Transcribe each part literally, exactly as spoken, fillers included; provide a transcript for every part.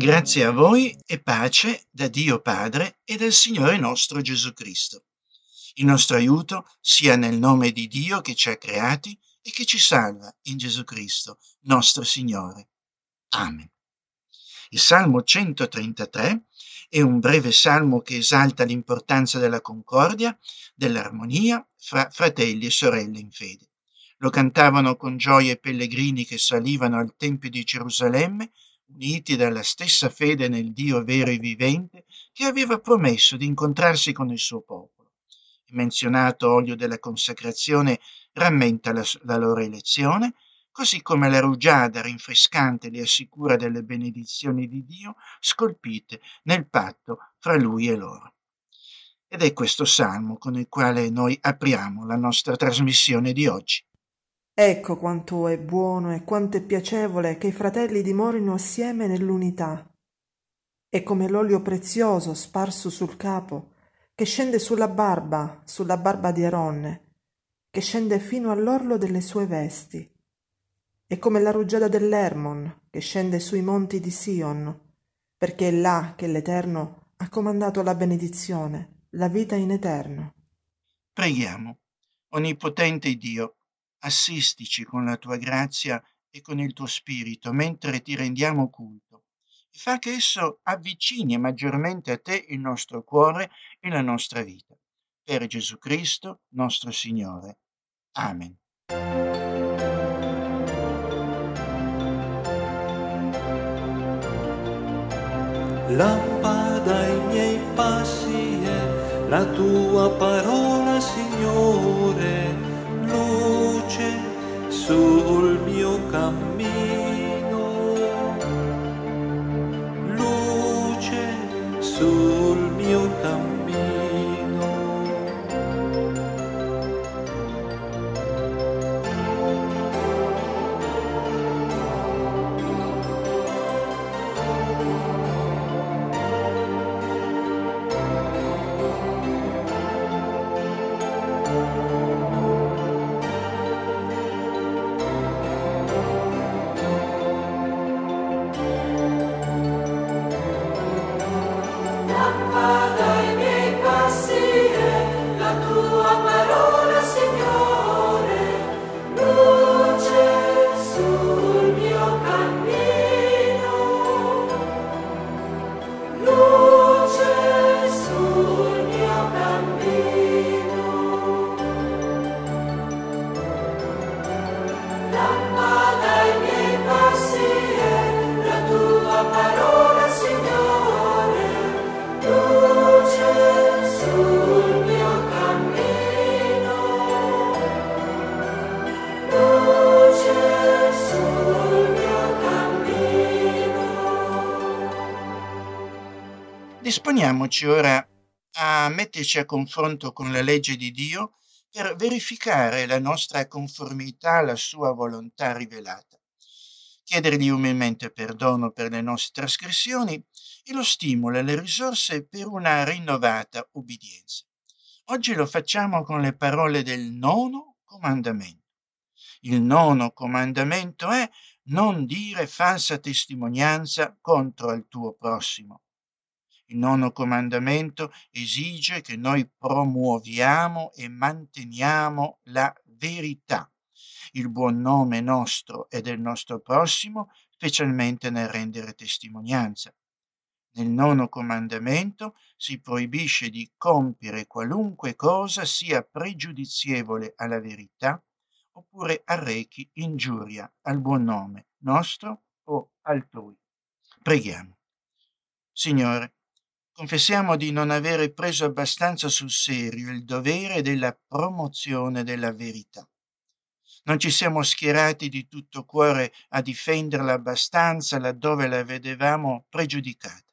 Grazie a voi e pace da Dio Padre e dal Signore nostro Gesù Cristo. Il nostro aiuto sia nel nome di Dio che ci ha creati e che ci salva in Gesù Cristo, nostro Signore. Amen. Il Salmo centotrentatré è un breve salmo che esalta l'importanza della concordia, dell'armonia fra fratelli e sorelle in fede. Lo cantavano con gioia i pellegrini che salivano al Tempio di Gerusalemme, uniti dalla stessa fede nel Dio vero e vivente che aveva promesso di incontrarsi con il suo popolo. Il menzionato olio della consacrazione rammenta la, la loro elezione, così come la rugiada rinfrescante li assicura delle benedizioni di Dio scolpite nel patto fra lui e loro. Ed è questo salmo con il quale noi apriamo la nostra trasmissione di oggi. Ecco quanto è buono e quanto è piacevole che i fratelli dimorino assieme nell'unità. È come l'olio prezioso sparso sul capo, che scende sulla barba, sulla barba di Aronne, che scende fino all'orlo delle sue vesti. È come la rugiada dell'Hermon, che scende sui monti di Sion, perché è là che l'Eterno ha comandato la benedizione, la vita in eterno. Preghiamo. Onnipotente Dio, assistici con la tua grazia e con il tuo spirito mentre ti rendiamo culto e fa che esso avvicini maggiormente a te il nostro cuore e la nostra vita. Per Gesù Cristo, nostro Signore. Amen. Lampada ai miei passi è la tua parola, Signore, luce sul mio cammino, luce sul mio cammino. Disponiamoci ora a metterci a confronto con la legge di Dio per verificare la nostra conformità alla sua volontà rivelata, chiedergli umilmente perdono per le nostre trasgressioni e lo stimolo e le risorse per una rinnovata ubbidienza. Oggi lo facciamo con le parole del nono comandamento. Il nono comandamento è: non dire falsa testimonianza contro il tuo prossimo. Il nono comandamento esige che noi promuoviamo e manteniamo la verità, il buon nome nostro e del nostro prossimo, specialmente nel rendere testimonianza. Nel nono comandamento si proibisce di compiere qualunque cosa sia pregiudizievole alla verità oppure arrechi ingiuria al buon nome nostro o altrui. Preghiamo. Signore, confessiamo di non avere preso abbastanza sul serio il dovere della promozione della verità. Non ci siamo schierati di tutto cuore a difenderla abbastanza laddove la vedevamo pregiudicata.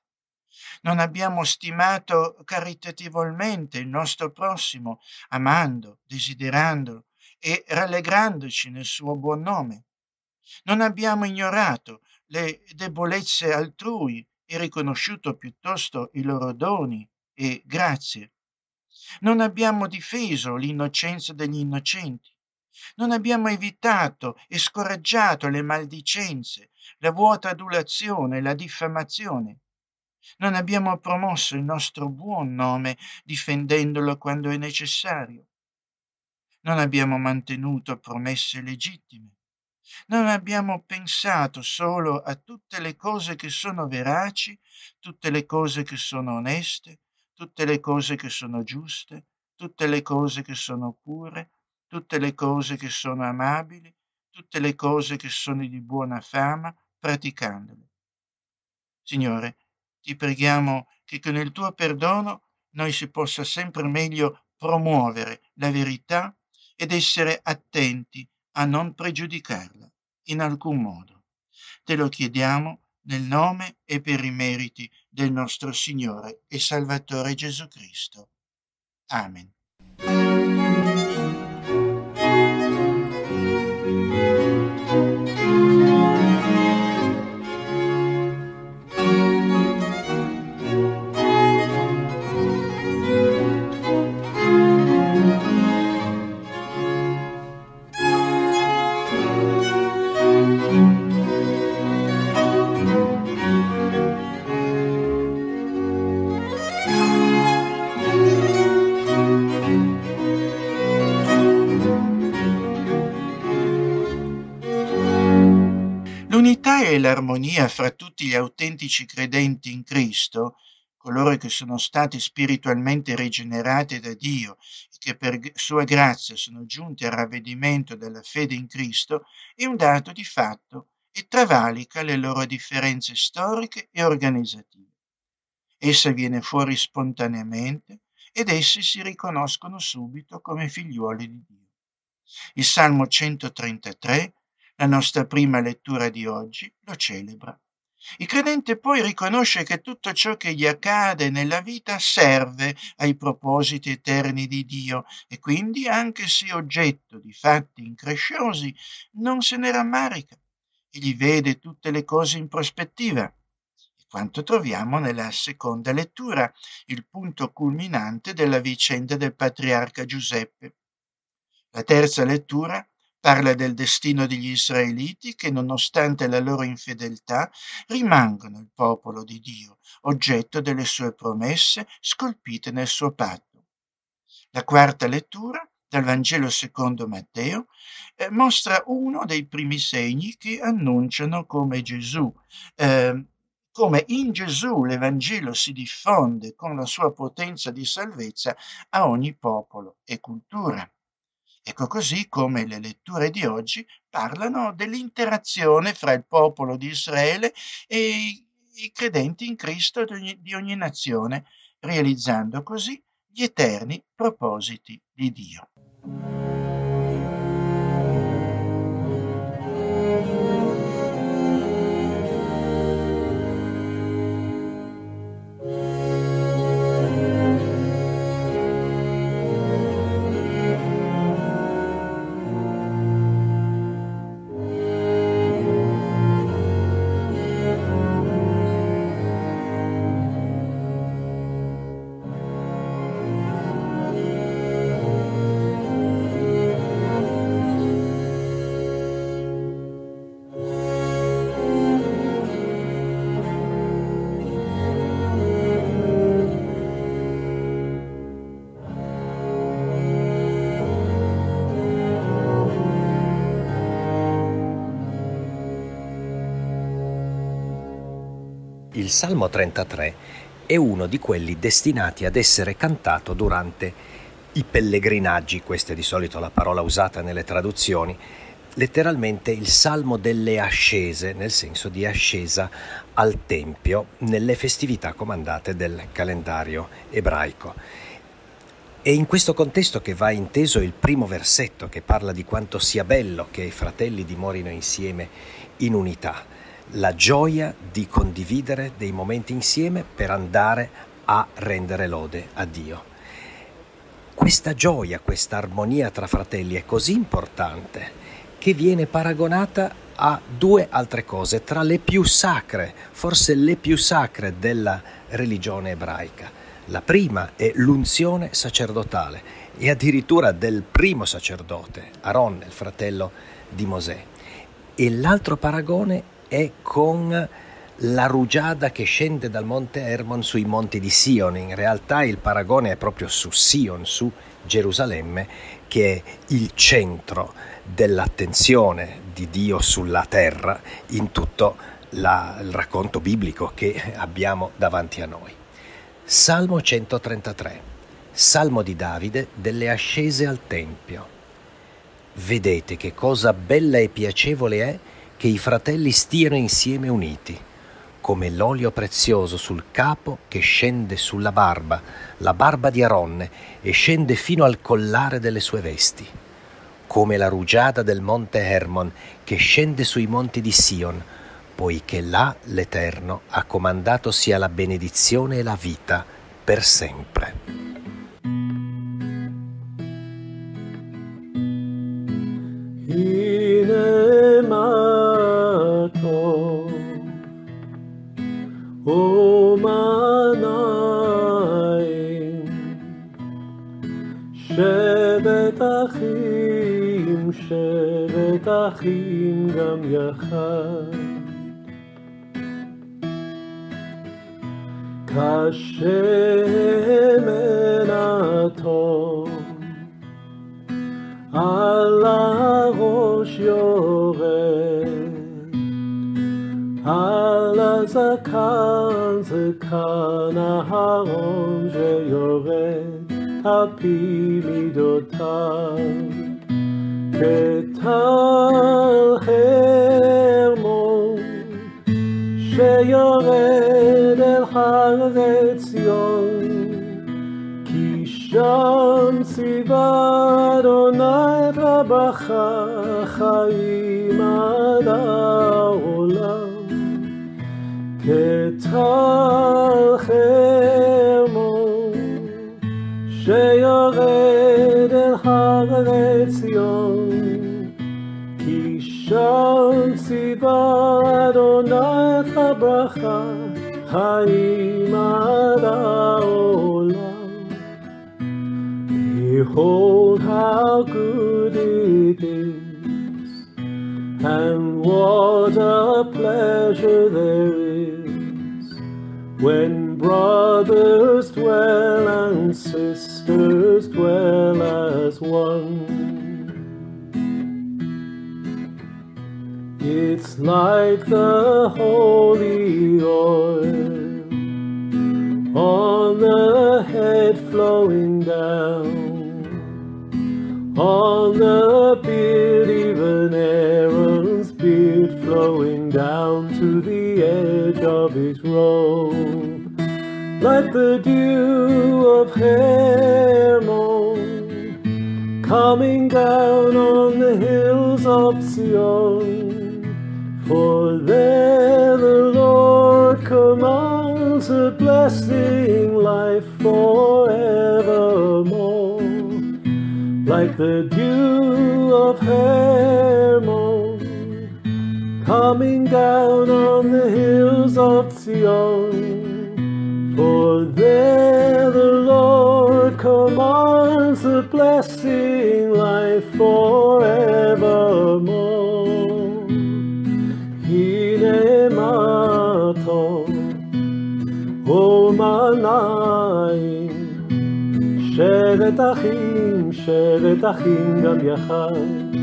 Non abbiamo stimato caritatevolmente il nostro prossimo, amando, desiderandolo e rallegrandoci nel suo buon nome. Non abbiamo ignorato le debolezze altrui e riconosciuto piuttosto i loro doni e grazie. Non abbiamo difeso l'innocenza degli innocenti, Non abbiamo evitato e scoraggiato le maldicenze, la vuota adulazione, la diffamazione. Non abbiamo promosso il nostro buon nome difendendolo quando è necessario. Non abbiamo mantenuto promesse legittime. Non abbiamo pensato solo a tutte le cose che sono veraci, tutte le cose che sono oneste, tutte le cose che sono giuste, tutte le cose che sono pure, tutte le cose che sono amabili, tutte le cose che sono di buona fama, praticandole. Signore, ti preghiamo che con il tuo perdono noi si possa sempre meglio promuovere la verità ed essere attenti a non pregiudicarla in alcun modo. Te lo chiediamo nel nome e per i meriti del nostro Signore e Salvatore Gesù Cristo. Amen. L'unità e l'armonia fra tutti gli autentici credenti in Cristo, coloro che sono stati spiritualmente rigenerati da Dio e che per sua grazia sono giunti al ravvedimento della fede in Cristo, è un dato di fatto e travalica le loro differenze storiche e organizzative. Essa viene fuori spontaneamente ed essi si riconoscono subito come figliuoli di Dio. Il Salmo centotrentatré, la nostra prima lettura di oggi, lo celebra. Il credente poi riconosce che tutto ciò che gli accade nella vita serve ai propositi eterni di Dio e quindi, anche se oggetto di fatti incresciosi, non se ne rammarica. Egli vede tutte le cose in prospettiva. E quanto troviamo nella seconda lettura, il punto culminante della vicenda del patriarca Giuseppe. La terza lettura parla del destino degli israeliti che, nonostante la loro infedeltà, rimangono il popolo di Dio, oggetto delle sue promesse scolpite nel suo patto. La quarta lettura, dal Vangelo secondo Matteo, eh, mostra uno dei primi segni che annunciano come Gesù, eh, come in Gesù l'Evangelo si diffonde con la sua potenza di salvezza a ogni popolo e cultura. Ecco così come le letture di oggi parlano dell'interazione fra il popolo di Israele e i, i credenti in Cristo di ogni, di ogni nazione, realizzando così gli eterni propositi di Dio. Il Salmo trentatré è uno di quelli destinati ad essere cantato durante i pellegrinaggi, questa è di solito la parola usata nelle traduzioni, letteralmente il Salmo delle ascese, nel senso di ascesa al Tempio, nelle festività comandate del calendario ebraico. È in questo contesto che va inteso il primo versetto, che parla di quanto sia bello che i fratelli dimorino insieme in unità. La gioia di condividere dei momenti insieme per andare a rendere lode a Dio. Questa gioia, questa armonia tra fratelli è così importante che viene paragonata a due altre cose, tra le più sacre, forse le più sacre della religione ebraica. La prima è l'unzione sacerdotale. e addirittura del primo sacerdote, Aaron, il fratello di Mosè. E l'altro paragone è con la rugiada che scende dal monte Hermon sui monti di Sion. In realtà il paragone è proprio su Sion, su Gerusalemme, che è il centro dell'attenzione di Dio sulla terra in tutto la, il racconto biblico che abbiamo davanti a noi. Salmo centotrentatré, Salmo di Davide delle ascese al Tempio. Vedete che cosa bella e piacevole è che i fratelli stiano insieme uniti, come l'olio prezioso sul capo che scende sulla barba, la barba di Aronne, e scende fino al collare delle sue vesti, come la rugiada del monte Hermon che scende sui monti di Sion, poiché là l'Eterno ha comandato sia la benedizione e la vita per sempre. שבת אחים, שבת אחים גם יחד. כשמן הטוב על הראש יורד, על הזקן זקן אהרון שיורד על פי מידותיו, כטל חרמון שיורד אל הר ציון, כי שם ציווה אדוני את הברכה חיים עד העולם. כטל חרמון שיורד אל הר ציון, כי שם ציווה אדוני את הברכה חיים עד העולם. Behold how good it is, and what a pleasure there is, when brothers dwell and sisters dwell as one. It's like the holy oil on the head flowing down, on the beard, even Aaron's beard flowing down to the edge of his robe, like the dew of Hermon coming down on the hills of Zion. For there the Lord commands a blessing, life forevermore, like the dew of Hermon coming down on the hills of Zion. For there the Lord commands a blessing, life forevermore. Hine ma tov u'manayim, שבת אחים, שבת אחים גם יחד.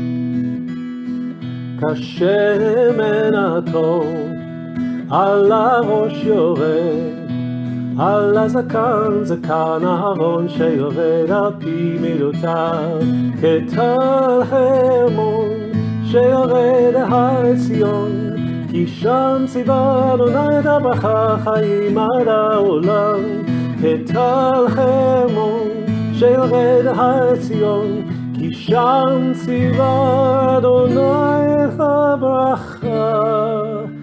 כשמן הטוב על הראש יורד, על הזקן זקן אהרון שיורד על פי מידותיו, כטל חרמון שיורד אל הר ציון, כי שם ציווה אדוני את הברכה חיים עד העולם. כטל חרמון שיורד אל הר ציון, כי שם ציווה אדוני את הברכה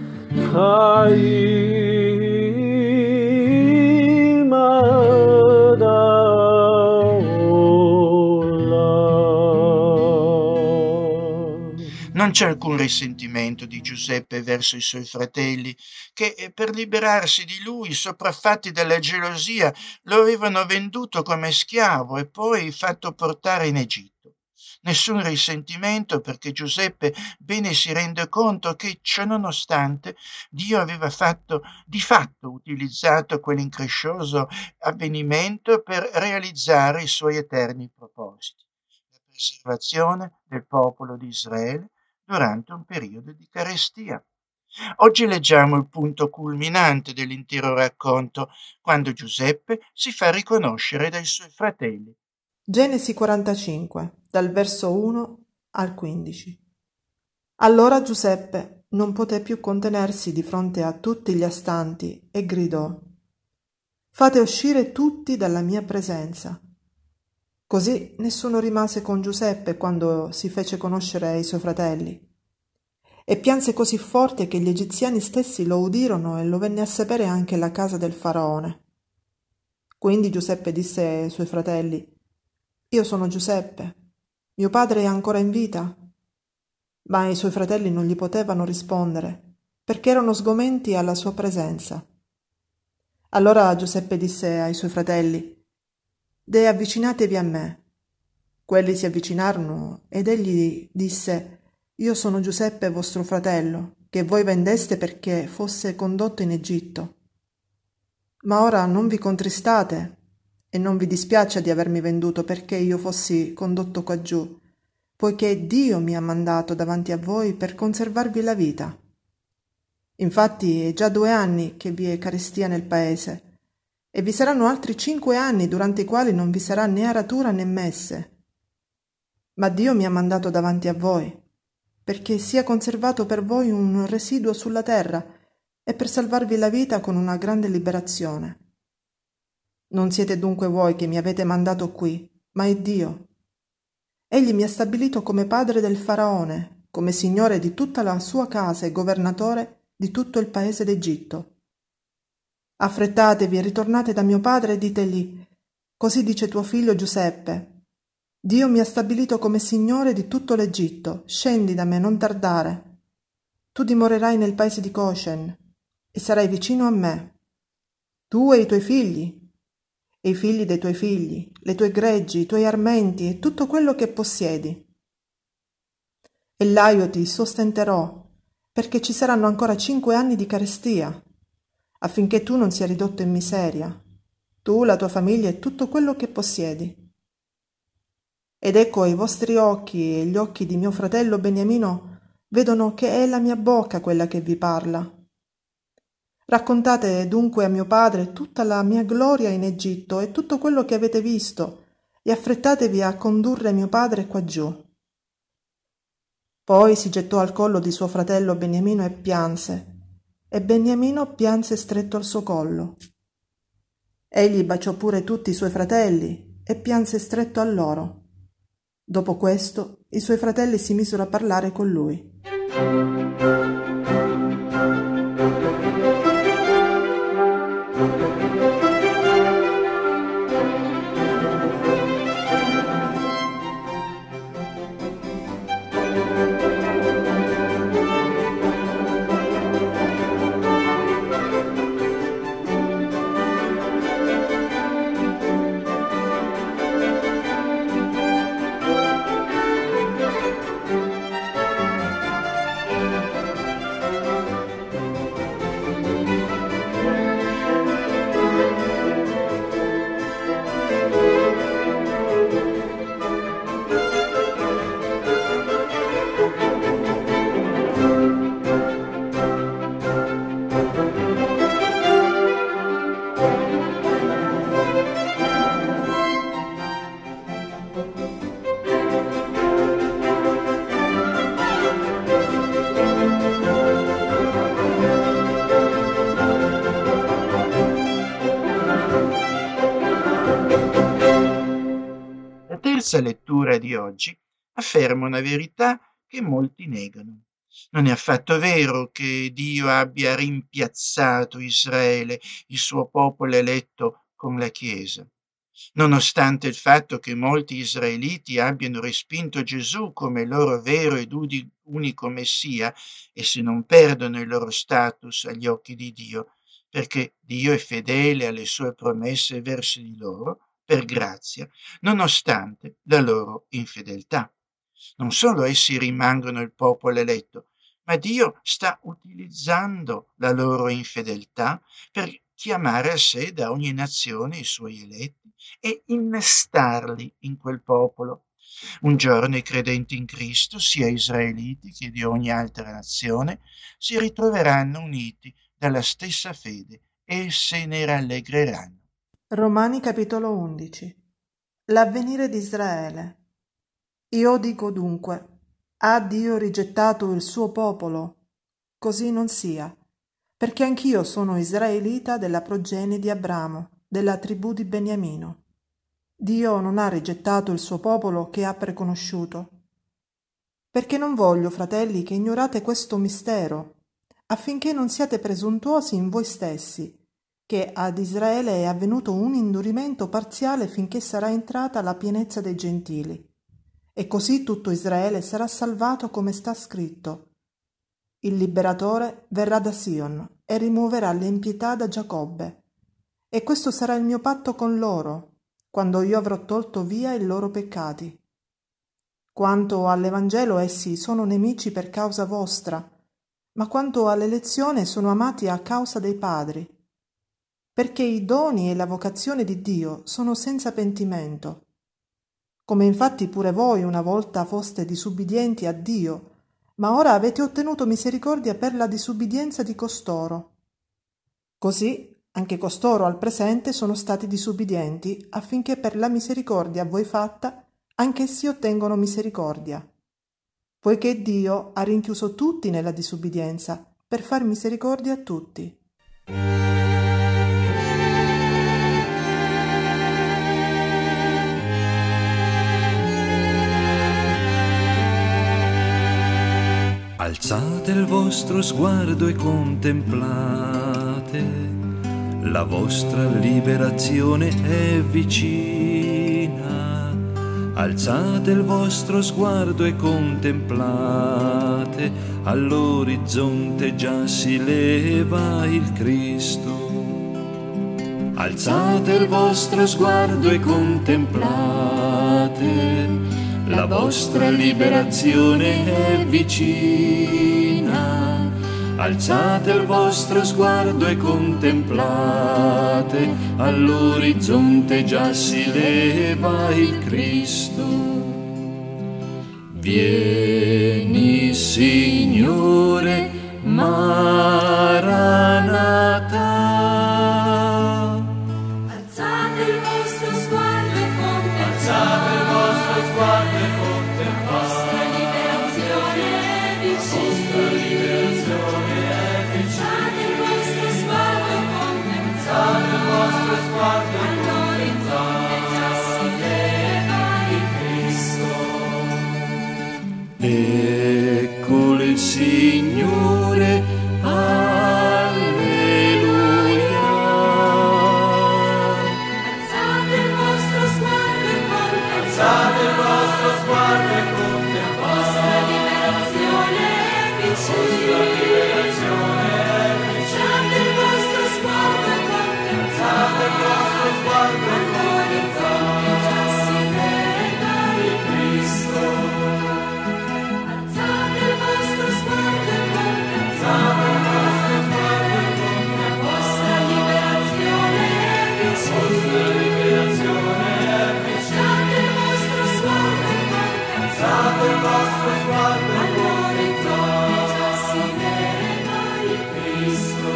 חיים עד העולם. Non c'è alcun risentimento di Giuseppe verso i suoi fratelli, che eh, per liberarsi di lui, sopraffatti dalla gelosia, lo avevano venduto come schiavo e poi fatto portare in Egitto. Nessun risentimento, perché Giuseppe bene si rende conto che, ciononostante, Dio aveva fatto di fatto utilizzato quell'increscioso avvenimento per realizzare i suoi eterni propositi, la preservazione del popolo di Israele durante un periodo di carestia. Oggi leggiamo il punto culminante dell'intero racconto, quando Giuseppe si fa riconoscere dai suoi fratelli. Genesi quarantacinque, dal verso uno al quindici. Allora Giuseppe non poté più contenersi di fronte a tutti gli astanti e gridò: «Fate uscire tutti dalla mia presenza». Così nessuno rimase con Giuseppe quando si fece conoscere ai suoi fratelli. E pianse così forte che gli egiziani stessi lo udirono e lo venne a sapere anche la casa del faraone. Quindi Giuseppe disse ai suoi fratelli: «Io sono Giuseppe, mio padre è ancora in vita?» Ma i suoi fratelli non gli potevano rispondere, perché erano sgomenti alla sua presenza. Allora Giuseppe disse ai suoi fratelli: «Deh, avvicinatevi a me». Quelli si avvicinarono ed egli disse: «Io sono Giuseppe vostro fratello, che voi vendeste perché fosse condotto in Egitto. Ma ora non vi contristate e non vi dispiaccia di avermi venduto perché io fossi condotto qua giù, poiché Dio mi ha mandato davanti a voi per conservarvi la vita. Infatti è già due anni che vi è carestia nel paese, e vi saranno altri cinque anni durante i quali non vi sarà né aratura né messe. Ma Dio mi ha mandato davanti a voi, perché sia conservato per voi un residuo sulla terra e per salvarvi la vita con una grande liberazione. Non siete dunque voi che mi avete mandato qui, ma è Dio. Egli mi ha stabilito come padre del faraone, come signore di tutta la sua casa e governatore di tutto il paese d'Egitto. Affrettatevi e ritornate da mio padre e ditegli: così dice tuo figlio Giuseppe, Dio mi ha stabilito come signore di tutto l'Egitto, scendi da me, non tardare. Tu dimorerai nel paese di Goshen e sarai vicino a me, tu e i tuoi figli, e i figli dei tuoi figli, le tue greggi, i tuoi armenti e tutto quello che possiedi. E là io ti sostenterò, perché ci saranno ancora cinque anni di carestia, affinché tu non sia ridotto in miseria, tu, la tua famiglia e tutto quello che possiedi. Ed ecco ai vostri occhi e gli occhi di mio fratello Beniamino vedono che è la mia bocca quella che vi parla. Raccontate dunque a mio padre tutta la mia gloria in Egitto e tutto quello che avete visto, e affrettatevi a condurre mio padre qua giù». Poi si gettò al collo di suo fratello Beniamino e pianse, e Beniamino pianse stretto al suo collo. Egli baciò pure tutti i suoi fratelli e pianse stretto a loro. Dopo questo i suoi fratelli si misero a parlare con lui. La terza lettura di oggi afferma una verità che molti negano. Non è affatto vero che Dio abbia rimpiazzato Israele, il suo popolo eletto, con la Chiesa. Nonostante il fatto che molti israeliti abbiano respinto Gesù come loro vero ed udi- unico Messia, essi non perdono il loro status agli occhi di Dio, perché Dio è fedele alle sue promesse verso di loro, per grazia, nonostante la loro infedeltà. Non solo essi rimangono il popolo eletto, ma Dio sta utilizzando la loro infedeltà per chiamare a sé da ogni nazione i suoi eletti e innestarli in quel popolo. Un giorno i credenti in Cristo, sia israeliti che di ogni altra nazione, si ritroveranno uniti dalla stessa fede e se ne rallegreranno. Romani capitolo undici. L'avvenire di Israele. Io dico dunque, ha Dio rigettato il suo popolo? Così non sia, perché anch'io sono israelita della progenie di Abramo, della tribù di Beniamino. Dio non ha rigettato il suo popolo che ha preconosciuto. Perché non voglio, fratelli, che ignorate questo mistero, affinché non siate presuntuosi in voi stessi, che ad Israele è avvenuto un indurimento parziale finché sarà entrata la pienezza dei gentili. E così tutto Israele sarà salvato come sta scritto. Il liberatore verrà da Sion e rimuoverà l'impietà da Giacobbe. E questo sarà il mio patto con loro, quando io avrò tolto via i loro peccati. Quanto all'Evangelo essi sono nemici per causa vostra, ma quanto all'elezione sono amati a causa dei padri, perché i doni e la vocazione di Dio sono senza pentimento. Come infatti pure voi una volta foste disubbidienti a Dio, ma ora avete ottenuto misericordia per la disubbidienza di costoro. Così anche costoro al presente sono stati disubbidienti, affinché per la misericordia a voi fatta anch'essi ottengono misericordia. Poiché Dio ha rinchiuso tutti nella disubbidienza, per far misericordia a tutti. Alzate il vostro sguardo e contemplate, la vostra liberazione è vicina. Alzate il vostro sguardo e contemplate, all'orizzonte già si leva il Cristo. Alzate il vostro sguardo e contemplate, la vostra liberazione è vicina. Alzate il vostro sguardo e contemplate, all'orizzonte già si leva il Cristo. Vieni, Signore, Maranatha. Alzate il vostro sguardo e contemplate, Alzate il vostro sguardo e contemplate, la vostra liberazione è vicina. Alzate il vostro sguardo e contemplate, all'orizzonte già si leva il Cristo. Eccolo il Signore, alleluia. Alzate il vostro sguardo e contemplate, il vostro sguardo e la vostra liberazione è vicina. Alzate il vostro sguardo e contemplate, all'orizzonte già si leva il Cristo. Alzate il vostro sguardo e contemplate, la vostra liberazione è vicina. Alzate il vostro sguardo e contemplate, all'orizzonte già si leva il Cristo.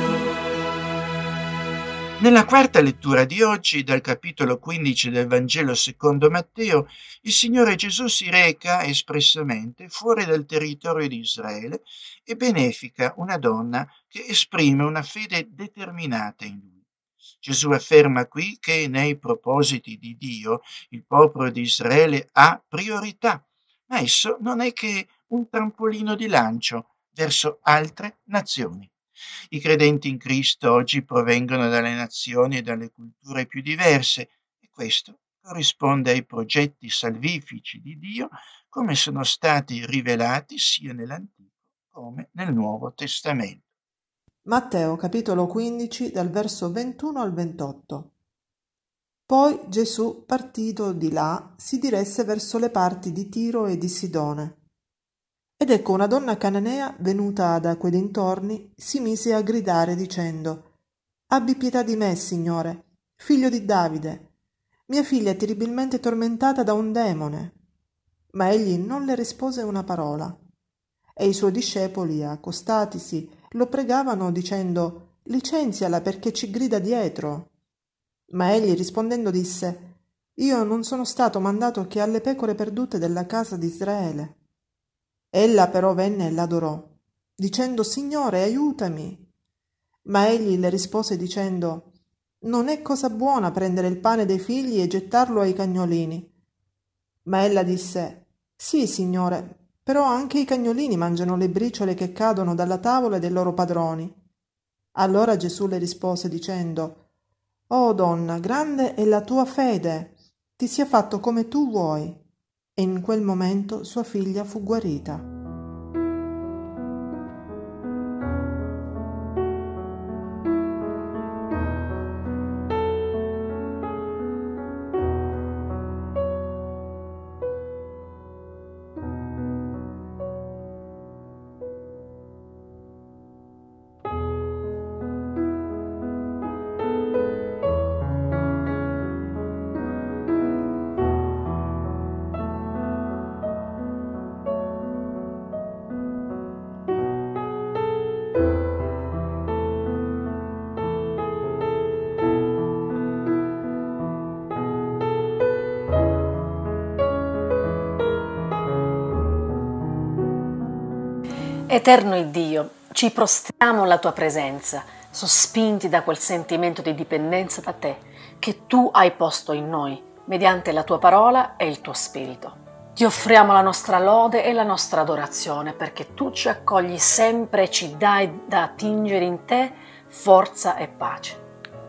Nella quarta lettura di oggi, dal capitolo quindici del Vangelo secondo Matteo, il Signore Gesù si reca espressamente fuori dal territorio di Israele e benefica una donna che esprime una fede determinata in lui. Gesù afferma qui che nei propositi di Dio il popolo di Israele ha priorità, ma esso non è che un trampolino di lancio verso altre nazioni. I credenti in Cristo oggi provengono dalle nazioni e dalle culture più diverse e questo corrisponde ai progetti salvifici di Dio come sono stati rivelati sia nell'Antico come nel Nuovo Testamento. Matteo capitolo quindici dal verso ventuno al ventotto. Poi Gesù, partito di là, si diresse verso le parti di Tiro e di Sidone. Ed ecco una donna cananea venuta da quei dintorni si mise a gridare dicendo: «Abbi pietà di me, Signore, figlio di Davide. Mia figlia è terribilmente tormentata da un demone». Ma egli non le rispose una parola. E i suoi discepoli, accostatisi, lo pregavano dicendo: «Licenziala perché ci grida dietro». Ma egli rispondendo disse: «Io non sono stato mandato che alle pecore perdute della casa di Israele». Ella però venne e l'adorò, dicendo: «Signore, aiutami». Ma egli le rispose dicendo: «Non è cosa buona prendere il pane dei figli e gettarlo ai cagnolini». Ma ella disse: «Sì, Signore, però anche i cagnolini mangiano le briciole che cadono dalla tavola dei loro padroni». Allora Gesù le rispose dicendo: «Oh donna, grande è la tua fede, ti sia fatto come tu vuoi». E in quel momento sua figlia fu guarita. Eterno Iddio, ci prostriamo alla tua presenza, sospinti da quel sentimento di dipendenza da te che tu hai posto in noi mediante la tua parola e il tuo spirito. Ti offriamo la nostra lode e la nostra adorazione perché tu ci accogli sempre e ci dai da attingere in te forza e pace.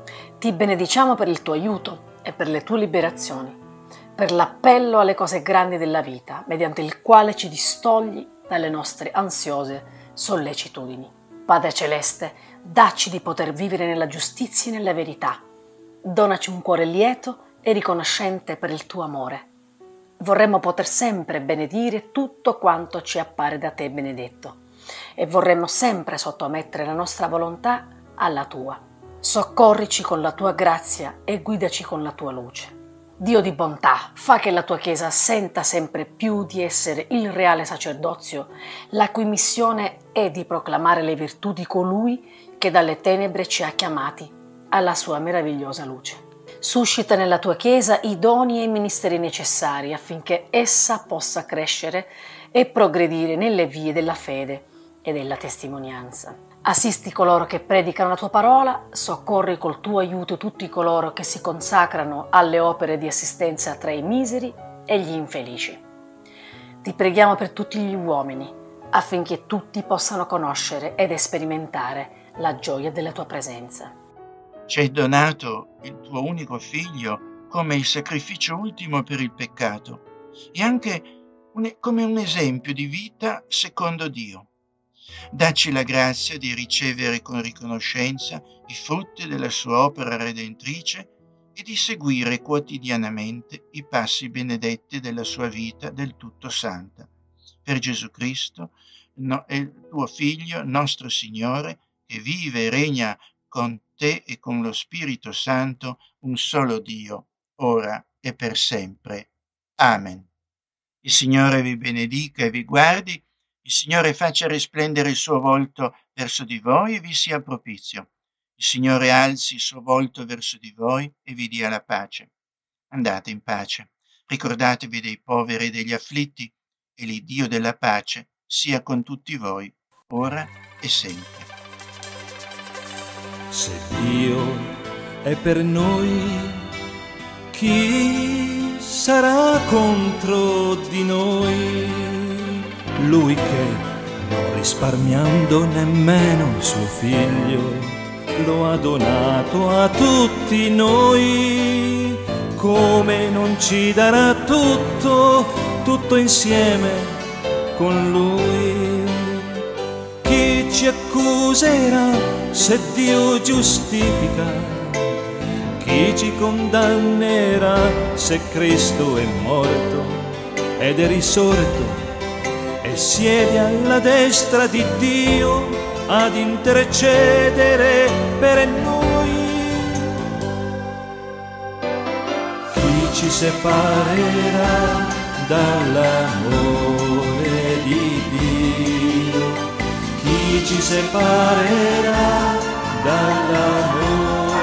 Ti benediciamo per il tuo aiuto e per le tue liberazioni, per l'appello alle cose grandi della vita mediante il quale ci distogli dalle nostre ansiose sollecitudini. Padre Celeste, dacci di poter vivere nella giustizia e nella verità. Donaci un cuore lieto e riconoscente per il tuo amore. Vorremmo poter sempre benedire tutto quanto ci appare da te benedetto e vorremmo sempre sottomettere la nostra volontà alla tua. Soccorrici con la tua grazia e guidaci con la tua luce. Dio di bontà, fa che la tua Chiesa senta sempre più di essere il reale sacerdozio, la cui missione è di proclamare le virtù di colui che dalle tenebre ci ha chiamati alla sua meravigliosa luce. Suscita nella tua Chiesa i doni e i ministeri necessari affinché essa possa crescere e progredire nelle vie della fede e della testimonianza. Assisti coloro che predicano la tua parola, soccorri col tuo aiuto tutti coloro che si consacrano alle opere di assistenza tra i miseri e gli infelici. Ti preghiamo per tutti gli uomini, affinché tutti possano conoscere ed sperimentare la gioia della tua presenza. Ci hai donato il tuo unico figlio come il sacrificio ultimo per il peccato e anche un, come un esempio di vita secondo Dio. Dacci la grazia di ricevere con riconoscenza i frutti della sua opera redentrice e di seguire quotidianamente i passi benedetti della sua vita del tutto santa. Per Gesù Cristo, no, il tuo Figlio, nostro Signore, che vive e regna con te e con lo Spirito Santo, un solo Dio, ora e per sempre. Amen. Il Signore vi benedica e vi guardi. Il Signore faccia risplendere il suo volto verso di voi e vi sia propizio. Il Signore alzi il suo volto verso di voi e vi dia la pace. Andate in pace. Ricordatevi dei poveri e degli afflitti e l'Iddio della pace sia con tutti voi, ora e sempre. Se Dio è per noi, chi sarà contro di noi? Lui che, non risparmiando nemmeno il suo figlio, lo ha donato a tutti noi. Come non ci darà tutto, tutto insieme con Lui? Chi ci accuserà se Dio giustifica? Chi ci condannerà se Cristo è morto ed è risorto e siede alla destra di Dio ad intercedere per noi? Chi ci separerà dall'amore di Dio? Chi ci separerà dall'amore?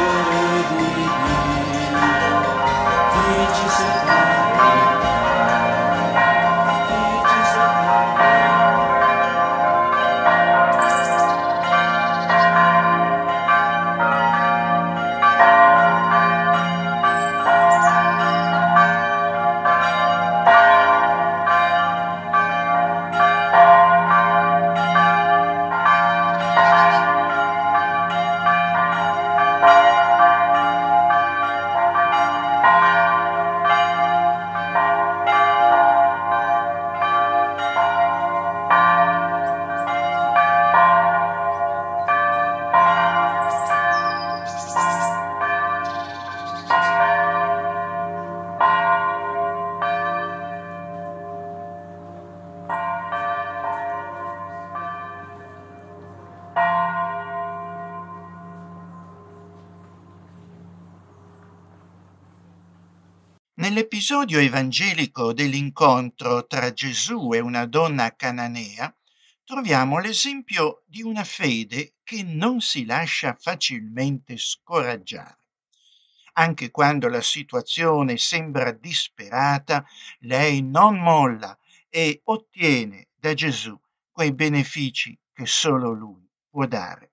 Nell'episodio evangelico dell'incontro tra Gesù e una donna cananea troviamo l'esempio di una fede che non si lascia facilmente scoraggiare. Anche quando la situazione sembra disperata, lei non molla e ottiene da Gesù quei benefici che solo Lui può dare.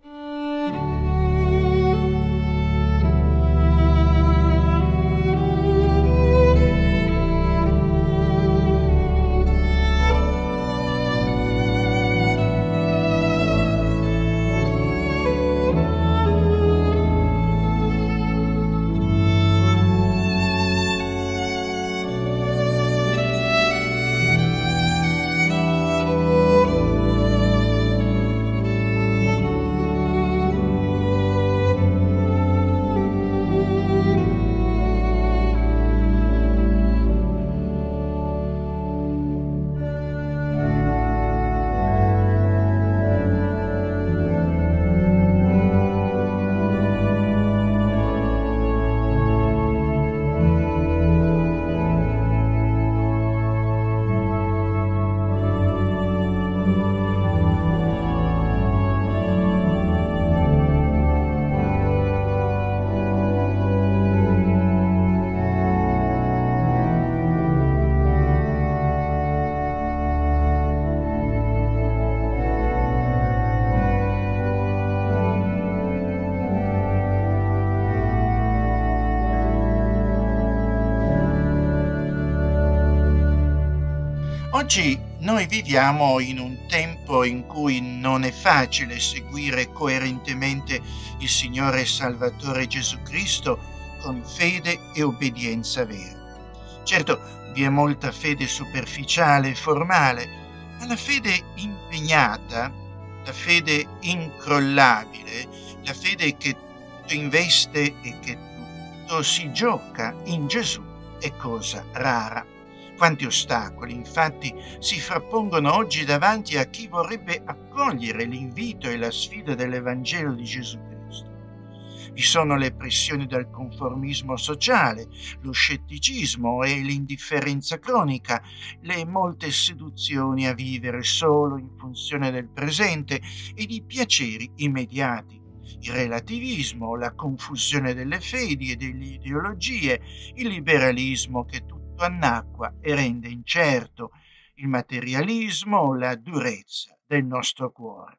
Oggi noi viviamo in un tempo in cui non è facile seguire coerentemente il Signore e Salvatore Gesù Cristo con fede e obbedienza vera. Certo, vi è molta fede superficiale e formale, ma la fede impegnata, la fede incrollabile, la fede che tutto investe e che tutto si gioca in Gesù è cosa rara. Quanti ostacoli, infatti, si frappongono oggi davanti a chi vorrebbe accogliere l'invito e la sfida dell'Evangelo di Gesù Cristo. Vi sono le pressioni del conformismo sociale, lo scetticismo e l'indifferenza cronica, le molte seduzioni a vivere solo in funzione del presente e di piaceri immediati, il relativismo, la confusione delle fedi e delle ideologie, il liberalismo che tutto annacqua e rende incerto, il materialismo, la durezza del nostro cuore.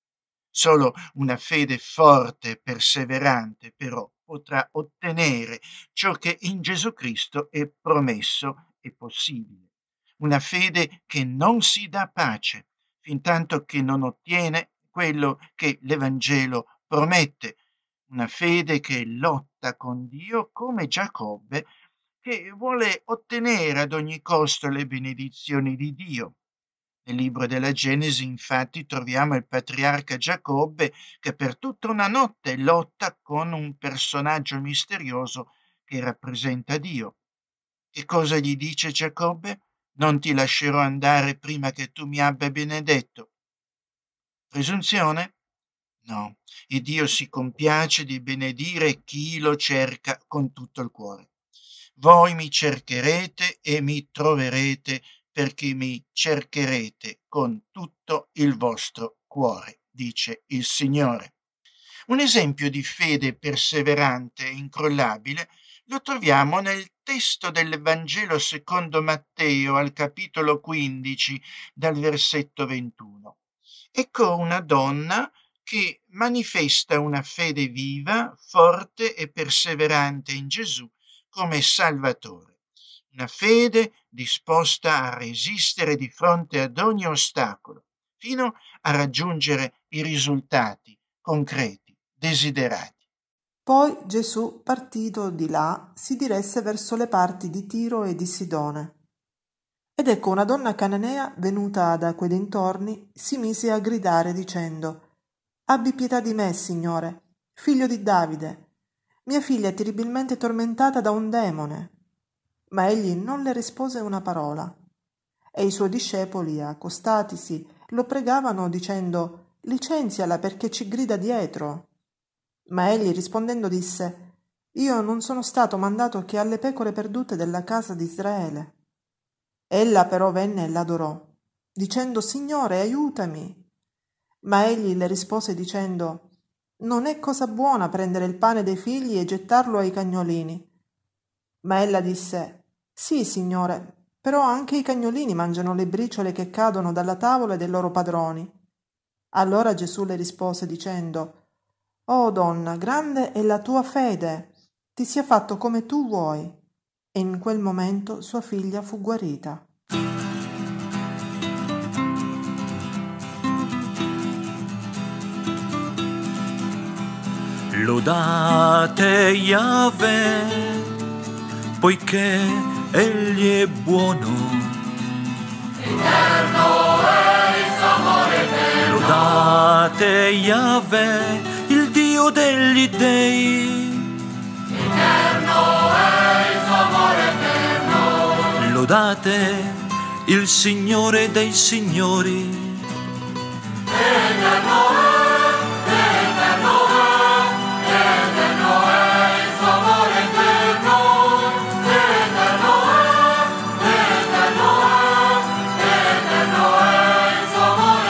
Solo una fede forte e perseverante, però, potrà ottenere ciò che in Gesù Cristo è promesso e possibile. Una fede che non si dà pace fintanto che non ottiene quello che l'Evangelo promette, una fede che lotta con Dio come Giacobbe, che vuole ottenere ad ogni costo le benedizioni di Dio. Nel libro della Genesi, infatti, troviamo il patriarca Giacobbe che per tutta una notte lotta con un personaggio misterioso che rappresenta Dio. Che cosa gli dice Giacobbe? Non ti lascerò andare prima che tu mi abbia benedetto. Presunzione? No, il Dio si compiace di benedire chi lo cerca con tutto il cuore. Voi mi cercherete e mi troverete perché mi cercherete con tutto il vostro cuore, dice il Signore. Un esempio di fede perseverante e incrollabile lo troviamo nel testo del Vangelo secondo Matteo al capitolo quindici dal versetto ventuno. Ecco una donna che manifesta una fede viva, forte e perseverante in Gesù come Salvatore. Una fede disposta a resistere di fronte ad ogni ostacolo, fino a raggiungere i risultati concreti, desiderati. Poi Gesù, partito di là, si diresse verso le parti di Tiro e di Sidone. Ed ecco una donna cananea, venuta da quei dintorni, si mise a gridare dicendo: «Abbi pietà di me, Signore, figlio di Davide. Mia figlia è terribilmente tormentata da un demone». Ma egli non le rispose una parola. E i suoi discepoli, accostatisi, lo pregavano dicendo: «Licenziala perché ci grida dietro». Ma egli rispondendo disse: «Io non sono stato mandato che alle pecore perdute della casa di Israele». Ella però venne e l'adorò, dicendo: «Signore, aiutami». Ma egli le rispose dicendo: «Non è cosa buona prendere il pane dei figli e gettarlo ai cagnolini». Ma ella disse: «Sì, Signore, però anche i cagnolini mangiano le briciole che cadono dalla tavola dei loro padroni». Allora Gesù le rispose dicendo: «Oh donna, grande è la tua fede, ti sia fatto come tu vuoi». E in quel momento sua figlia fu guarita. Lodate Yahweh, poiché Egli è buono. Eterno è il suo amore per noi. Lodate Yahweh, il Dio degli dei. Eterno è il suo amore per noi. Lodate il Signore dei Signori. Eterno è, eterno è, eterno è il suo amore per noi. Eterno è, eterno è, eterno è il suo amore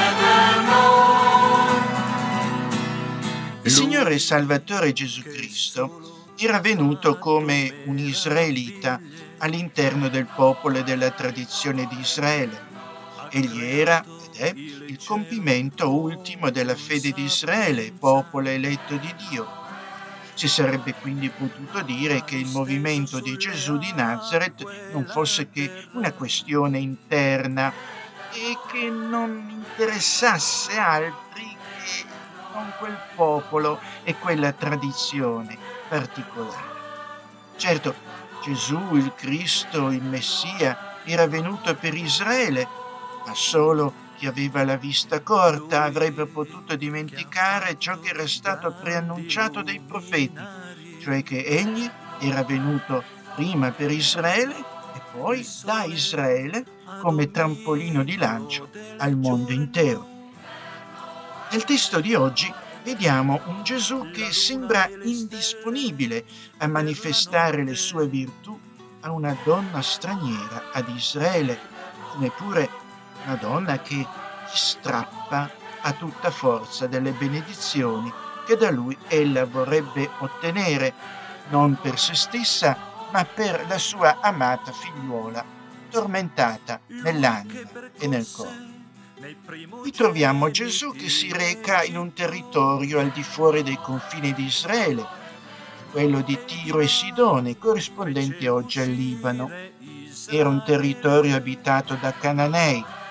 per noi. Il Signore e Salvatore Gesù Cristo era venuto come un israelita all'interno del popolo e della tradizione di Israele. Egli era ed è il compimento ultimo della fede di Israele, popolo eletto di Dio. Si sarebbe quindi potuto dire che il movimento di Gesù di Nazareth non fosse che una questione interna e che non interessasse altri che non quel popolo e quella tradizione particolare. Certo, Gesù, il Cristo, il Messia, era venuto per Israele, ma solo chi aveva la vista corta avrebbe potuto dimenticare ciò che era stato preannunciato dai profeti, cioè che egli era venuto prima per Israele e poi da Israele come trampolino di lancio al mondo intero. Nel testo di oggi vediamo un Gesù che sembra indisponibile a manifestare le sue virtù a una donna straniera ad Israele, come pure una donna che gli strappa a tutta forza delle benedizioni che da lui ella vorrebbe ottenere, non per se stessa, ma per la sua amata figliuola, tormentata nell'anima e nel cuore. Qui troviamo Gesù che si reca in un territorio al di fuori dei confini di Israele, quello di Tiro e Sidone, corrispondente oggi al Libano. Era un territorio abitato da Cananei.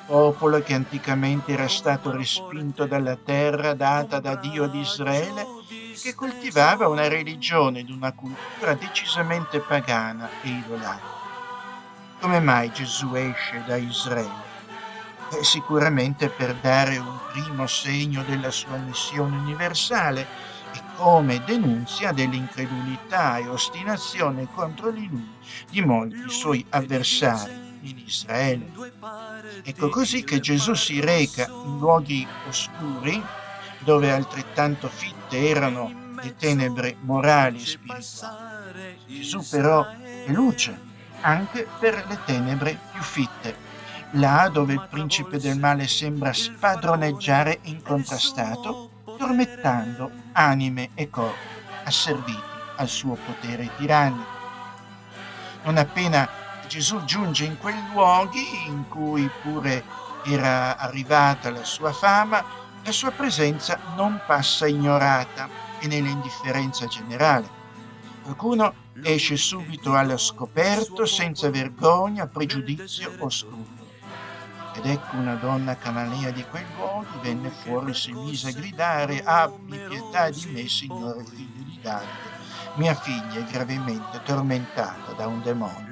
popolo che anticamente era stato respinto dalla terra data da Dio ad Israele e che coltivava una religione ed una cultura decisamente pagana e idolatra. Come mai Gesù esce da Israele? Eh, sicuramente per dare un primo segno della sua missione universale e come denunzia dell'incredulità e ostinazione contro di lui di molti suoi avversari in Israele. Ecco così che Gesù si reca in luoghi oscuri dove altrettanto fitte erano le tenebre morali e spirituali. Gesù però è luce anche per le tenebre più fitte, là dove il principe del male sembra spadroneggiare incontrastato, tormentando anime e corpi asserviti al suo potere tirannico. Non appena Gesù giunge in quei luoghi in cui pure era arrivata la sua fama, la sua presenza non passa ignorata e nell'indifferenza generale. Qualcuno esce subito allo scoperto senza vergogna, pregiudizio o scrupolo. Ed ecco una donna cananea di quei luoghi venne fuori e si mise a gridare: abbi pietà di me, Signore, figlio di Davide, mia figlia è gravemente tormentata da un demonio.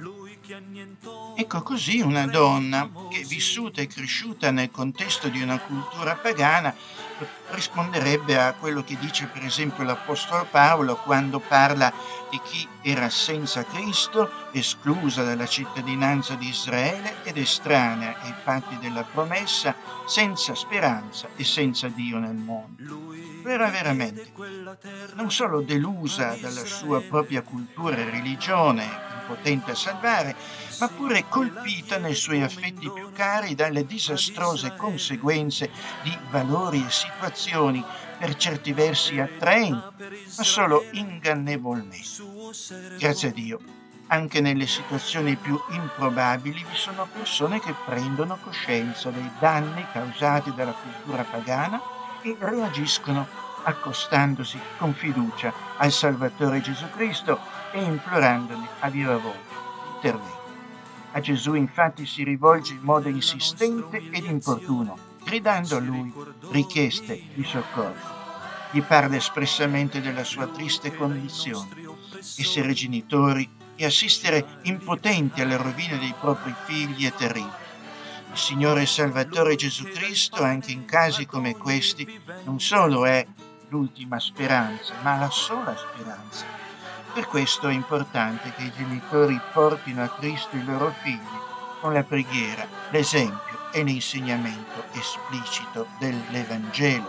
Ecco così una donna che, vissuta e cresciuta nel contesto di una cultura pagana, risponderebbe a quello che dice per esempio l'Apostolo Paolo quando parla di chi era senza Cristo, esclusa dalla cittadinanza di Israele ed estranea ai patti della promessa, senza speranza e senza Dio nel mondo. Lo era veramente, non solo delusa dalla sua propria cultura e religione, impotente a salvare, ma pure colpita nei suoi affetti più cari dalle disastrose conseguenze di valori e situazioni per certi versi attraenti, ma solo ingannevolmente. Grazie a Dio, anche nelle situazioni più improbabili vi sono persone che prendono coscienza dei danni causati dalla cultura pagana e reagiscono accostandosi con fiducia al Salvatore Gesù Cristo e implorandone a viva voce intervento. A Gesù infatti si rivolge in modo insistente ed importuno, gridando a lui richieste di soccorso. Gli parla espressamente della sua triste condizione, essere genitori e assistere impotenti alla rovina dei propri figli è terribile. Il Signore e Salvatore Gesù Cristo, anche in casi come questi, non solo è l'ultima speranza, ma la sola speranza. Per questo è importante che i genitori portino a Cristo i loro figli con la preghiera, l'esempio e l'insegnamento esplicito dell'Evangelo.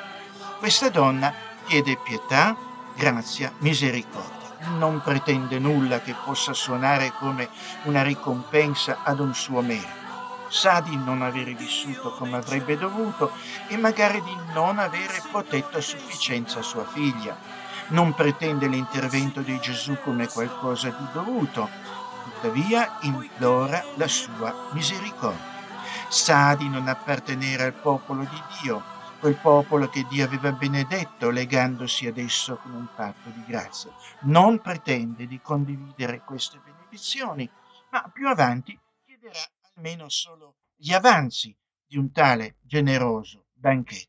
Questa donna chiede pietà, grazia, misericordia. Non pretende nulla che possa suonare come una ricompensa ad un suo merito. Sa di non avere vissuto come avrebbe dovuto e magari di non avere protetto a sufficienza sua figlia. Non pretende l'intervento di Gesù come qualcosa di dovuto, tuttavia implora la sua misericordia. Sa di non appartenere al popolo di Dio, quel popolo che Dio aveva benedetto legandosi ad esso con un patto di grazia. Non pretende di condividere queste benedizioni, ma più avanti chiederà almeno solo gli avanzi di un tale generoso banchetto.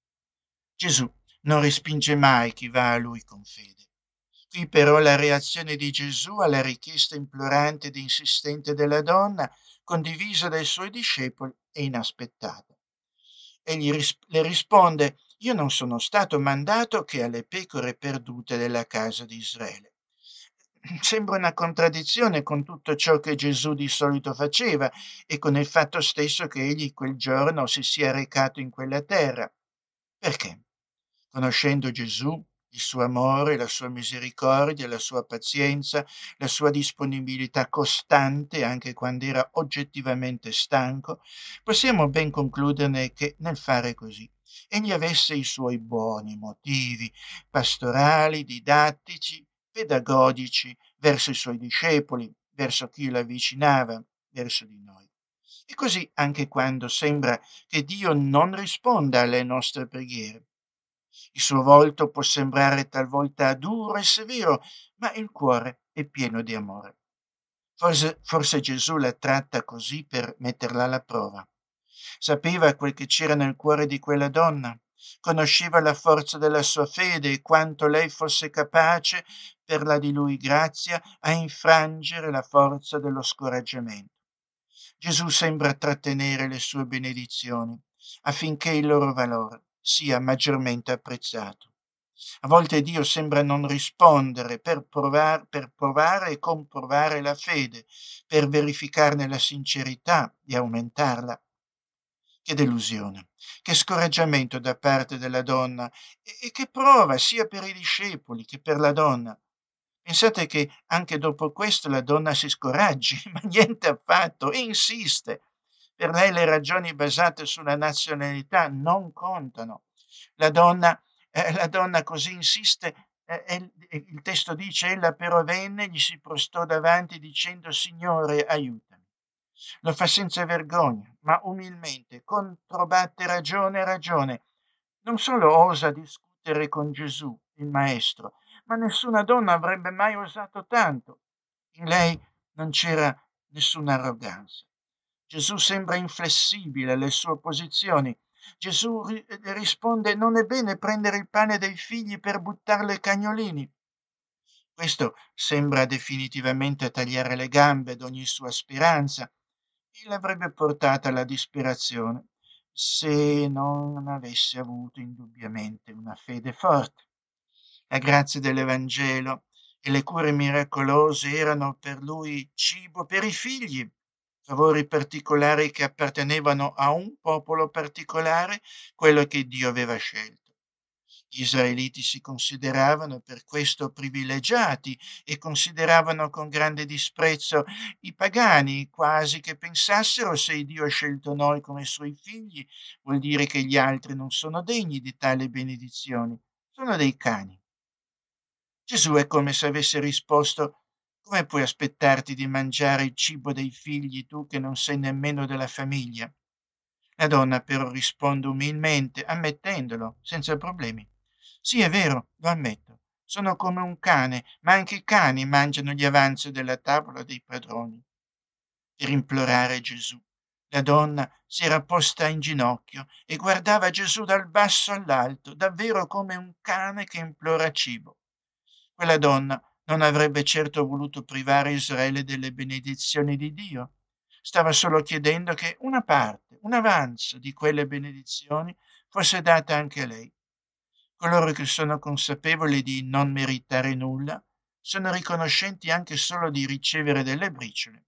Gesù non respinge mai chi va a lui con fede. Qui però la reazione di Gesù alla richiesta implorante ed insistente della donna, condivisa dai suoi discepoli, è inaspettata. Egli ris- le risponde: io non sono stato mandato che alle pecore perdute della casa di Israele. Sembra una contraddizione con tutto ciò che Gesù di solito faceva e con il fatto stesso che egli quel giorno si sia recato in quella terra. Perché? Conoscendo Gesù, il suo amore, la sua misericordia, la sua pazienza, la sua disponibilità costante anche quando era oggettivamente stanco, possiamo ben concluderne che nel fare così egli avesse i suoi buoni motivi pastorali, didattici, pedagogici verso i suoi discepoli, verso chi lo avvicinava, verso di noi. E così anche quando sembra che Dio non risponda alle nostre preghiere. Il suo volto può sembrare talvolta duro e severo, ma il cuore è pieno di amore. Forse, forse Gesù la tratta così per metterla alla prova. Sapeva quel che c'era nel cuore di quella donna, conosceva la forza della sua fede e quanto lei fosse capace, per la di lui grazia, a infrangere la forza dello scoraggiamento. Gesù sembra trattenere le sue benedizioni affinché il loro valore sia maggiormente apprezzato. A volte Dio sembra non rispondere per provar per provare e comprovare la fede, per verificarne la sincerità e aumentarla. Che delusione, che scoraggiamento da parte della donna e e che prova sia per i discepoli che per la donna. Pensate che anche dopo questo la donna si scoraggi, ma niente affatto, e insiste. Per lei le ragioni basate sulla nazionalità non contano. La donna ehm, la donna così insiste, e e il e il testo dice: "Ella però venne, gli si prostò davanti dicendo: Signore, aiutami." Lo fa senza vergogna, ma umilmente, controbatte ragione a ragione. Non solo osa discutere con Gesù, il Maestro, ma nessuna donna avrebbe mai osato tanto. In lei non c'era nessuna arroganza. Gesù sembra inflessibile alle sue posizioni. Gesù ri- eh, risponde: non è bene prendere il pane dei figli per buttarlo ai cagnolini. Questo sembra definitivamente tagliare le gambe ad ogni sua speranza e l'avrebbe portata alla disperazione se non avesse avuto indubbiamente una fede forte. La grazia dell'Evangelo e le cure miracolose erano per lui cibo per i figli, favori particolari che appartenevano a un popolo particolare, quello che Dio aveva scelto. Gli israeliti si consideravano per questo privilegiati e consideravano con grande disprezzo i pagani, quasi che pensassero: se Dio ha scelto noi come suoi figli, vuol dire che gli altri non sono degni di tali benedizioni, sono dei cani. Gesù è come se avesse risposto: come puoi aspettarti di mangiare il cibo dei figli tu che non sei nemmeno della famiglia? La donna però risponde umilmente, ammettendolo, senza problemi. Sì, è vero, lo ammetto. Sono come un cane, ma anche i cani mangiano gli avanzi della tavola dei padroni. Per implorare Gesù, la donna si era posta in ginocchio e guardava Gesù dal basso all'alto, davvero come un cane che implora cibo. Quella donna non avrebbe certo voluto privare Israele delle benedizioni di Dio. Stava solo chiedendo che una parte, un avanzo di quelle benedizioni fosse data anche a lei. Coloro che sono consapevoli di non meritare nulla sono riconoscenti anche solo di ricevere delle briciole.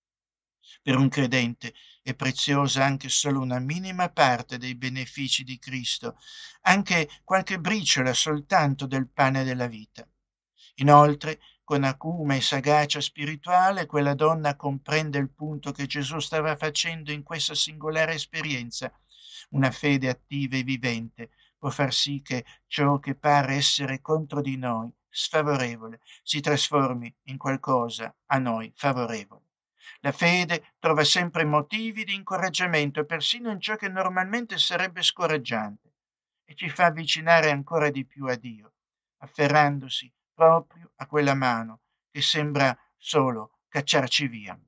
Per un credente è preziosa anche solo una minima parte dei benefici di Cristo, anche qualche briciola soltanto del pane della vita. Inoltre, con acume e sagacia spirituale, quella donna comprende il punto che Gesù stava facendo in questa singolare esperienza. Una fede attiva e vivente può far sì che ciò che pare essere contro di noi, sfavorevole, si trasformi in qualcosa a noi favorevole. La fede trova sempre motivi di incoraggiamento, persino in ciò che normalmente sarebbe scoraggiante, e ci fa avvicinare ancora di più a Dio, afferrandosi proprio a quella mano che sembra solo cacciarci via.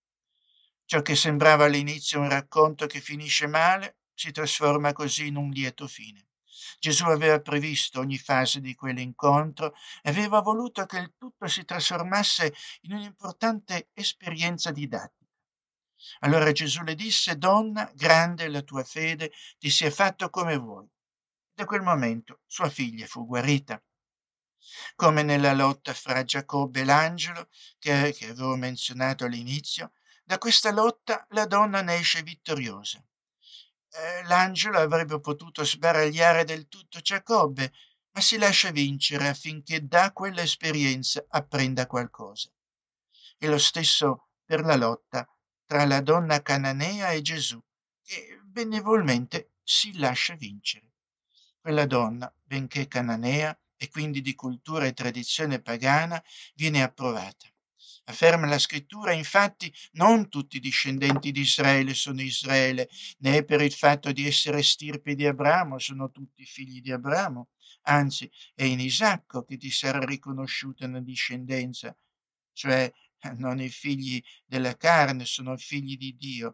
Ciò che sembrava all'inizio un racconto che finisce male si trasforma così in un lieto fine. Gesù aveva previsto ogni fase di quell'incontro e aveva voluto che il tutto si trasformasse in un'importante esperienza didattica. Allora Gesù le disse: Donna, grande è la tua fede, ti sia fatto come vuoi. Da quel momento sua figlia fu guarita. Come nella lotta fra Giacobbe e l'angelo, che, che avevo menzionato all'inizio, da questa lotta la donna ne esce vittoriosa. Eh, l'angelo avrebbe potuto sbaragliare del tutto Giacobbe, ma si lascia vincere affinché da quell'esperienza apprenda qualcosa. E lo stesso per la lotta tra la donna cananea e Gesù, che benevolmente si lascia vincere. Quella donna, benché cananea e quindi di cultura e tradizione pagana, viene approvata. Afferma la scrittura, infatti, non tutti i discendenti di Israele sono Israele, né per il fatto di essere stirpe di Abramo sono tutti figli di Abramo, anzi è in Isacco che ti sarà riconosciuta una discendenza, cioè non i figli della carne, sono figli di Dio.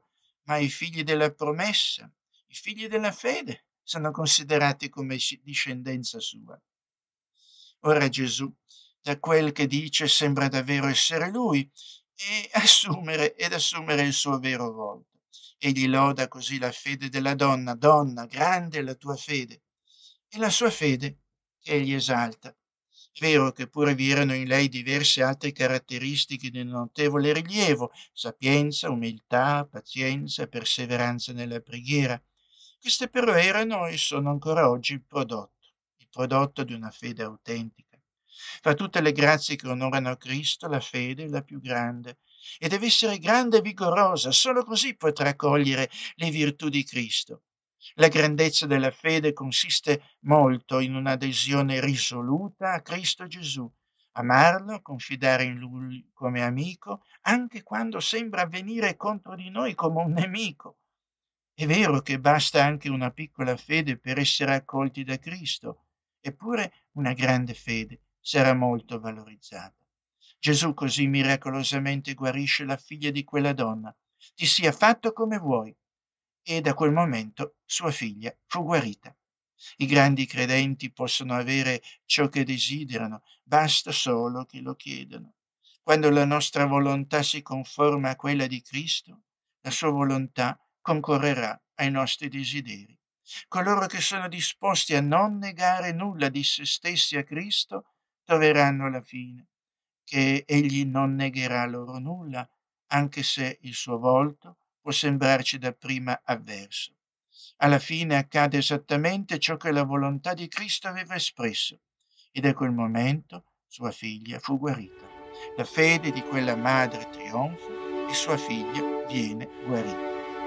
ma i figli della promessa, i figli della fede, sono considerati come sci- discendenza sua. Ora Gesù, da quel che dice, sembra davvero essere lui e assumere ed assumere il suo vero volto. Egli loda così la fede della donna: "Donna, grande è la tua fede", e la sua fede che egli esalta. È vero che pure vi erano in lei diverse altre caratteristiche di notevole rilievo: sapienza, umiltà, pazienza, perseveranza nella preghiera. Queste però erano e sono ancora oggi il prodotto, il prodotto di una fede autentica. Fra tutte le grazie che onorano Cristo, la fede è la più grande e deve essere grande e vigorosa, solo così potrà cogliere le virtù di Cristo. La grandezza della fede consiste molto in un'adesione risoluta a Cristo Gesù, amarlo, confidare in Lui come amico, anche quando sembra venire contro di noi come un nemico. È vero che basta anche una piccola fede per essere accolti da Cristo, eppure una grande fede sarà molto valorizzata. Gesù così miracolosamente guarisce la figlia di quella donna. Ti sia fatto come vuoi. E da quel momento sua figlia fu guarita. I grandi credenti possono avere ciò che desiderano, basta solo che lo chiedano. Quando la nostra volontà si conforma a quella di Cristo, la sua volontà concorrerà ai nostri desideri. Coloro che sono disposti a non negare nulla di se stessi a Cristo troveranno alla fine che egli non negherà loro nulla, anche se il suo volto può sembrarci dapprima avverso. Alla fine accade esattamente ciò che la volontà di Cristo aveva espresso, e da quel momento sua figlia fu guarita. La fede di quella madre trionfa e sua figlia viene guarita.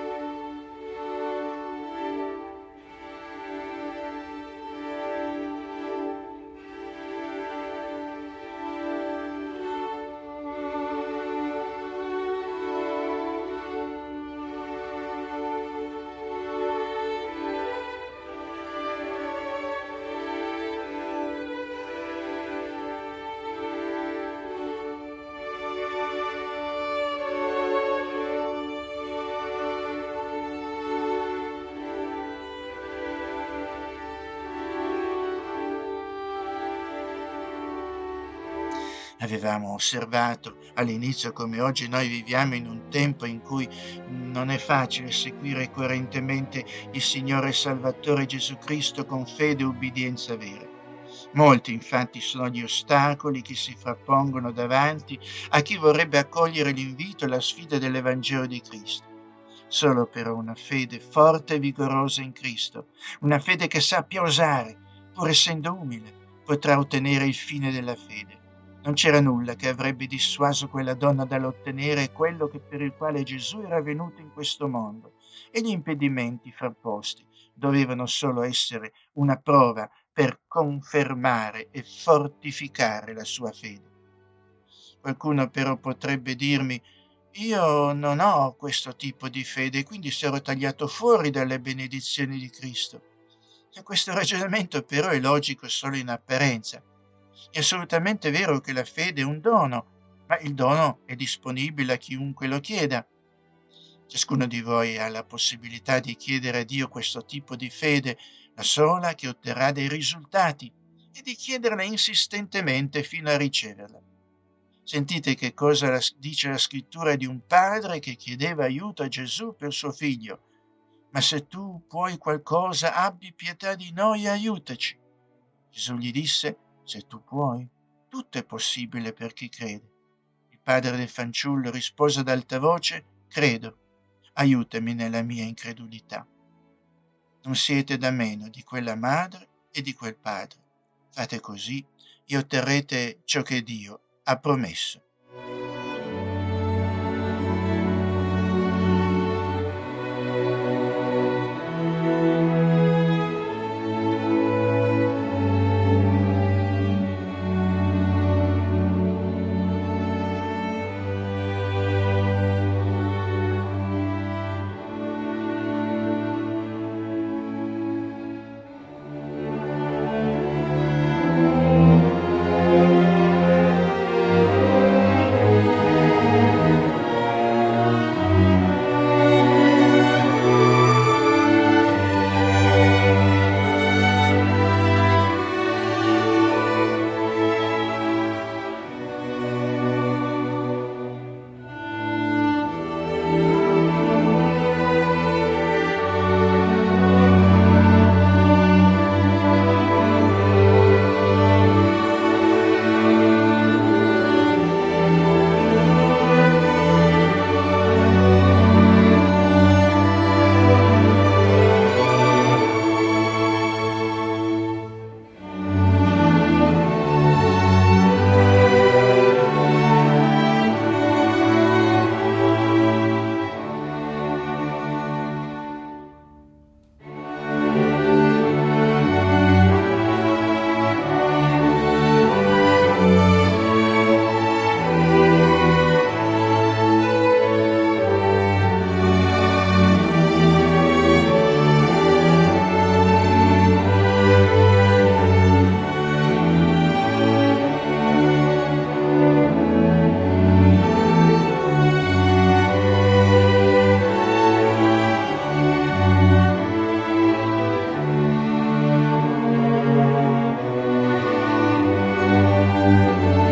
Avevamo osservato all'inizio come oggi noi viviamo in un tempo in cui non è facile seguire coerentemente il Signore Salvatore Gesù Cristo con fede e ubbidienza vera. Molti infatti sono gli ostacoli che si frappongono davanti a chi vorrebbe accogliere l'invito e la sfida dell'Evangelo di Cristo. Solo però una fede forte e vigorosa in Cristo, una fede che sappia osare, pur essendo umile, potrà ottenere il fine della fede. Non c'era nulla che avrebbe dissuaso quella donna dall'ottenere quello che per il quale Gesù era venuto in questo mondo, e gli impedimenti frapposti dovevano solo essere una prova per confermare e fortificare la sua fede. Qualcuno però potrebbe dirmi: io non ho questo tipo di fede e quindi sarò tagliato fuori dalle benedizioni di Cristo. E questo ragionamento però è logico solo in apparenza. È assolutamente vero che la fede è un dono, ma il dono è disponibile a chiunque lo chieda. Ciascuno di voi ha la possibilità di chiedere a Dio questo tipo di fede, la sola che otterrà dei risultati, e di chiederla insistentemente fino a riceverla. Sentite che cosa la- dice la scrittura di un padre che chiedeva aiuto a Gesù per suo figlio. Ma se tu puoi qualcosa, abbi pietà di noi e aiutaci. Gesù gli disse: se tu puoi, tutto è possibile per chi crede. Il padre del fanciullo rispose ad alta voce: credo, aiutami nella mia incredulità. Non siete da meno di quella madre e di quel padre. Fate così e otterrete ciò che Dio ha promesso. Amen.